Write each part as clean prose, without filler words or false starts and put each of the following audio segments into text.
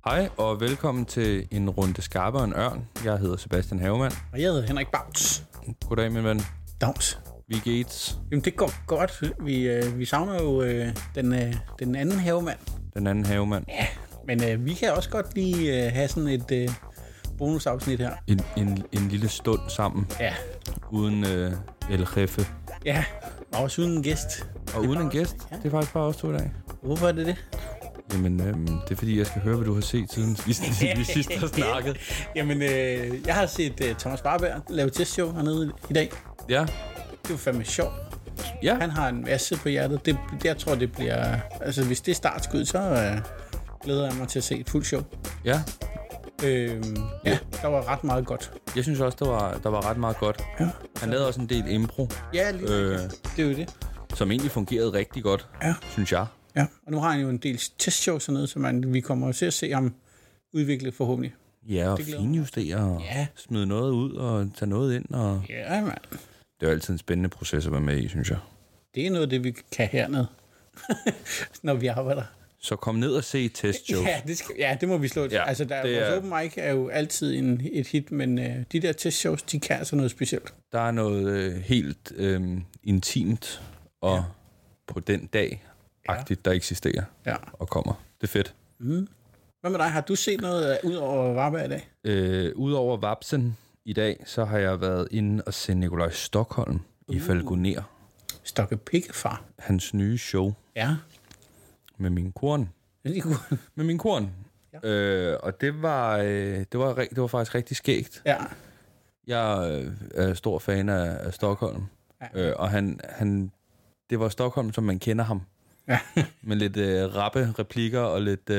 Hej og velkommen til en runde skarpe og en ørn. Jeg hedder Sebastian Havemann. Og jeg hedder Henrik Bauts. Goddag, min ven. Dags. Vi er Gates. Jamen, det går godt. Vi savner jo den anden havemand. Den anden havemand. Ja, men vi kan også godt lige have sådan et bonusafsnit her. En lille stund sammen. Ja. Uden El Jefe. Ja, og også uden en gæst. Og uden en gæst? Ja. Det er faktisk bare os to i dag. Hvorfor er det det? Jamen, det er fordi, jeg skal høre, hvad du har set siden vi sidst har snakket. Jamen, jeg har set Thomas Warberg lave testshow hernede i dag. Ja. Det var fandme sjovt. Ja. Han har en masse på hjertet. Jeg tror, det bliver... Altså, hvis det er startskud, så glæder jeg mig til at se et fuldt show. Ja. Ja, der var ret meget godt. Jeg synes også, der var ret meget godt. Ja. Han lavede også en del impro. Ja, lige det er jo det. Som egentlig fungerede rigtig godt, synes jeg. Ja, og nu har han jo en del testshows og noget, så vi kommer til at se ham udvikle forhåbentlig. Ja, og finjustere og smide noget ud og tage noget ind. Og... Ja, mand. Det er jo altid en spændende proces at være med i, synes jeg. Det er noget af det, vi kan hernede, når vi arbejder. Så kom ned og se testshows. Det må vi slå. Ja, altså, vores open mic er jo altid et hit, men de der testshows, de kan altså noget specielt. Der er noget helt intimt og på den dag-agtigt, der eksisterer og kommer. Det er fedt. Mm. Hvad med dig? Har du set noget ud over Varberg i dag? Udover Vapsen i dag, så har jeg været inde og se Nikolaj Stockholm i Falconer. Stokke Pikkefar. Hans nye show. Ja. Med min korn. Med min korn. Ja. Og det var faktisk rigtig skægt. Ja. Jeg er stor fan af Stockholm. Ja. Og han det var Stockholm, som man kender ham. Ja. Med lidt rappe replikker og lidt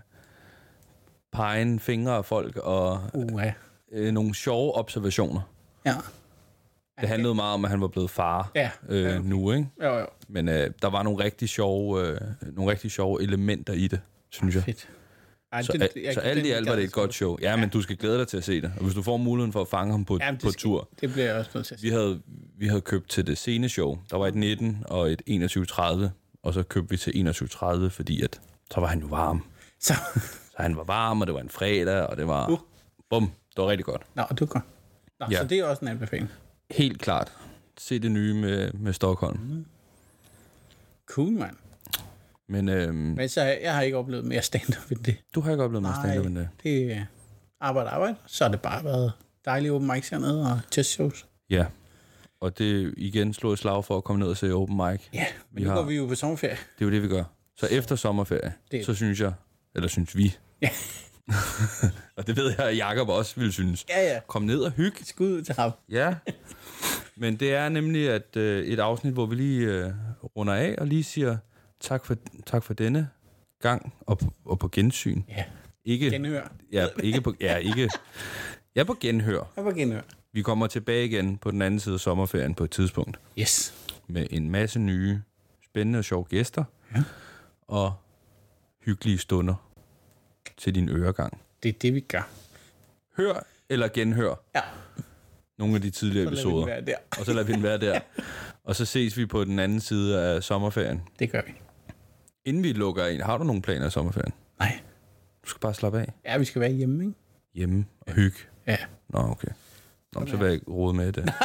pegen fingre af folk og nogle sjove observationer. Ja. Det handlede meget om, at han var blevet far nu, ikke? Jo. Men der var nogle rigtig sjove elementer i det, synes jeg. Fedt. Så alt i alt var det et godt show. Ja, men du skal glæde dig til at se det. Og hvis du får muligheden for at fange ham på tur. Det bliver jeg også nødt til at se. Vi havde købt til det sceneshow. Der var et 19 og et 21.30. Og så købte vi til 21.30, fordi at, så var han jo varm. Så han var varm, og det var en fredag, og det var... Bum, det var rigtig godt. Nå, det var godt. Så det er også en anbefaling. Helt klart. Se det nye med Stockholm. Mm. Cool, mand. Men så jeg har ikke oplevet mere stand-up end det. Du har ikke oplevet mere stand-up end det? Det er arbejde. Så har det bare været dejlige open mics hernede og testshows. Ja, og det igen slår et slag for at komme ned og se open mic. Ja, men nu går vi jo på sommerferie. Det er jo det, vi gør. Så efter sommerferie, så synes vi. Ja. Og det ved jeg, at Jacob også ville synes. Ja. Kom ned og hygge. Skud til ham. Ja. Men det er nemlig at et afsnit, hvor vi lige runder af og lige siger tak for denne gang og på gensyn. Ja. Ikke genhør. Ja, på genhør. Ja, på genhør. Vi kommer tilbage igen på den anden side af sommerferien på et tidspunkt. Yes. Med en masse nye, spændende og sjove gæster. Ja. Og hyggelige stunder til din øregang. Det er det, vi gør. Hør eller genhør. Ja. Nogle af de tidligere episoder. Og så lader vi den være der. Og så ses vi på den anden side af sommerferien. Det gør vi. Inden vi lukker ind, har du nogle planer i sommerferien? Nej. Du skal bare slappe af. Ja, vi skal være hjemme, ikke? Hjemme og hygge? Ja. Nå, okay. Nå, så vil jeg ikke rode med det.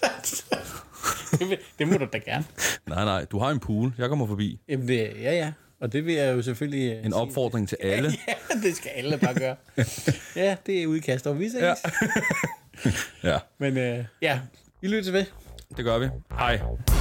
Det må du da gerne. Nej, du har en pool. Jeg kommer forbi. Jamen, ja. Og det vil jeg jo selvfølgelig... En opfordring til alle. Ja, det skal alle bare gøre. Ja, det er udkast, og vi ses. Ja. Ja. Men vi lytter til ved. Det gør vi. Hej.